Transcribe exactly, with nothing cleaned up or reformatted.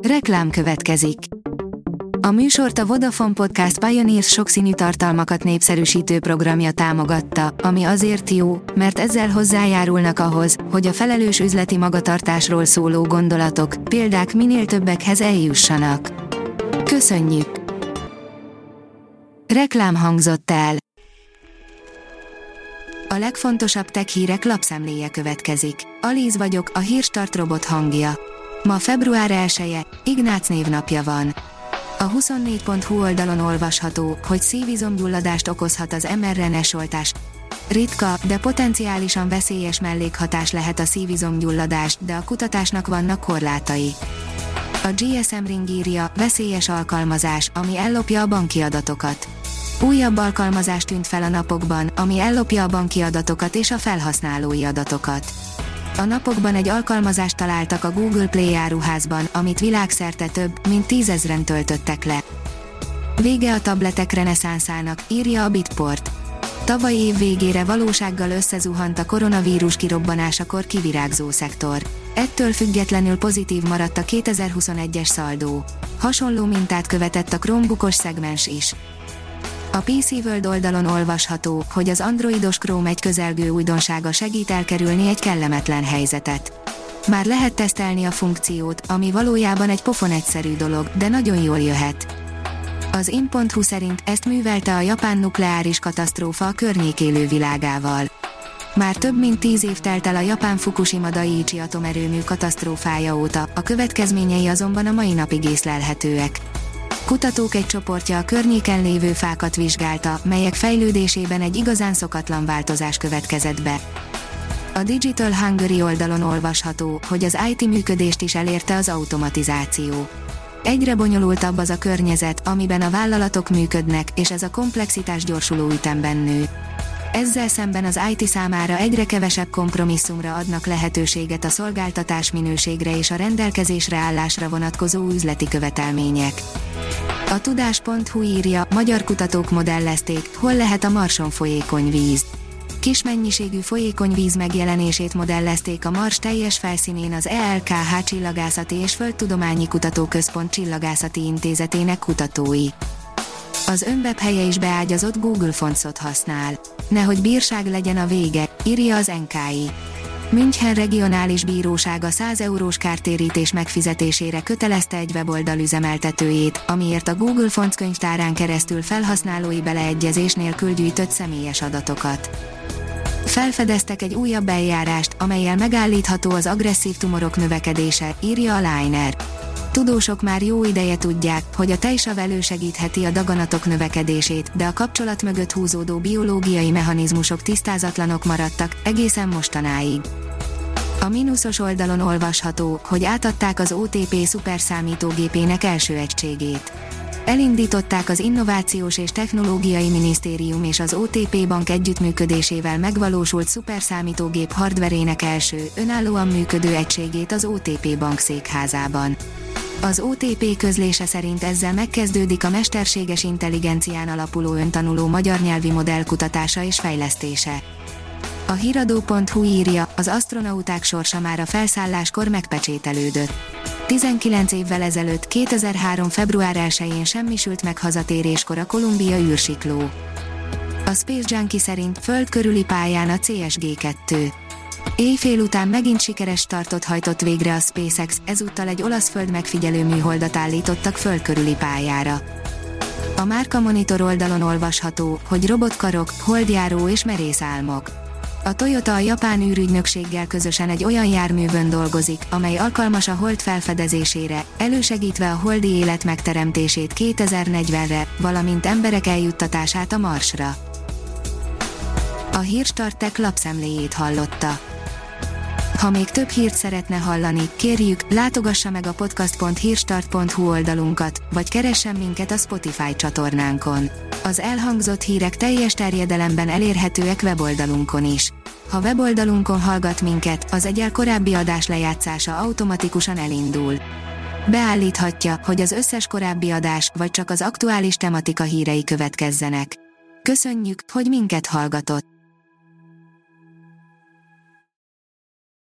Reklám következik. A műsort a Vodafone Podcast Pioneers sokszínű tartalmakat népszerűsítő programja támogatta, ami azért jó, mert ezzel hozzájárulnak ahhoz, hogy a felelős üzleti magatartásról szóló gondolatok, példák minél többekhez eljussanak. Köszönjük! Reklám hangzott el. A legfontosabb tech hírek lapszemléje következik. Alíz vagyok, a Hírstart robot hangja. Ma február elseje, Ignác névnapja van. A huszonnégy pont hu oldalon olvasható, hogy szívizomgyulladást okozhat az em er en es-oltás. Ritka, de potenciálisan veszélyes mellékhatás lehet a szívizomgyulladás, de a kutatásnak vannak korlátai. A gé es em Ring írja, veszélyes alkalmazás, ami ellopja a banki adatokat. Újabb alkalmazás tűnt fel a napokban, ami ellopja a banki adatokat és a felhasználói adatokat. A napokban egy alkalmazást találtak a Google Play áruházban, amit világszerte több, mint tízezren töltöttek le. Vége a tabletek reneszánszának, írja a Bitport. Tavaly év végére valósággal összezuhant a koronavírus kirobbanásakor kivirágzó szektor. Ettől függetlenül pozitív maradt a kétezer-huszonegyes szaldó. Hasonló mintát követett a Chromebookos szegmens is. A pé cé World oldalon olvasható, hogy az androidos Chrome egy közelgő újdonsága segít elkerülni egy kellemetlen helyzetet. Már lehet tesztelni a funkciót, ami valójában egy pofon egyszerű dolog, de nagyon jól jöhet. Az in pont hu szerint ezt művelte a japán nukleáris katasztrófa a környék élő világával. Már több mint tíz év telt el a japán Fukushima Daiichi atomerőmű katasztrófája óta, a következményei azonban a mai napig észlelhetőek. Kutatók egy csoportja a környéken lévő fákat vizsgálta, melyek fejlődésében egy igazán szokatlan változás következett be. A Digital Hungary oldalon olvasható, hogy az i té működést is elérte az automatizáció. Egyre bonyolultabb az a környezet, amiben a vállalatok működnek, és ez a komplexitás gyorsuló ütemben nő. Ezzel szemben az i té számára egyre kevesebb kompromisszumra adnak lehetőséget a szolgáltatás minőségre és a rendelkezésre állásra vonatkozó üzleti követelmények. A tudás pont hu írja, magyar kutatók modellezték, hol lehet a Marson folyékony víz. Kis mennyiségű folyékony víz megjelenését modellezték a Mars teljes felszínén az e el ká há Csillagászati és Földtudományi Kutatóközpont Csillagászati Intézetének kutatói. Az önwebhelye is beágyazott Google Fontsot használ. Nehogy bírság legyen a vége, írja az en ká i. München regionális bírósága száz eurós kártérítés megfizetésére kötelezte egy weboldal üzemeltetőjét, amiért a Google Fonts könyvtárán keresztül felhasználói beleegyezés nélkül gyűjtött személyes adatokat. Felfedeztek egy újabb eljárást, amellyel megállítható az agresszív tumorok növekedése, írja a Liner. Tudósok már jó ideje tudják, hogy a tejsav elősegítheti a daganatok növekedését, de a kapcsolat mögött húzódó biológiai mechanizmusok tisztázatlanok maradtak, egészen mostanáig. A mínuszos oldalon olvasható, hogy átadták az o té pé szuperszámítógépének első egységét. Elindították az Innovációs és Technológiai Minisztérium és az o té pé Bank együttműködésével megvalósult szuperszámítógép hardverének első, önállóan működő egységét az o té pé Bank székházában. Az o té pé közlése szerint ezzel megkezdődik a mesterséges intelligencián alapuló öntanuló magyar nyelvi modell kutatása és fejlesztése. A híradó pont hu írja, az asztronauták sorsa már a felszálláskor megpecsételődött. tizenkilenc évvel ezelőtt, kétezer-három február elsején semmisült meg hazatéréskor a Columbia űrsikló. A Space Junkie szerint föld körüli pályán a cé es gé kettő. Éjfél után megint sikeres startot hajtott végre a SpaceX, ezúttal egy olasz földmegfigyelő műholdat állítottak föld körüli pályára. A Márka Monitor oldalon olvasható, hogy robotkarok, holdjáró és merész álmok. A Toyota a japán űrügynökséggel közösen egy olyan járművön dolgozik, amely alkalmas a hold felfedezésére, elősegítve a holdi élet megteremtését kétezer-negyvenre, valamint emberek eljuttatását a Marsra. A Hírstart Tech lapszemléjét hallotta. Ha még több hírt szeretne hallani, kérjük, látogassa meg a podcast pont hírstart pont hu oldalunkat, vagy keressen minket a Spotify csatornánkon. Az elhangzott hírek teljes terjedelemben elérhetőek weboldalunkon is. Ha weboldalunkon hallgat minket, az egyel korábbi adás lejátszása automatikusan elindul. Beállíthatja, hogy az összes korábbi adás, vagy csak az aktuális tematika hírei következzenek. Köszönjük, hogy minket hallgatott!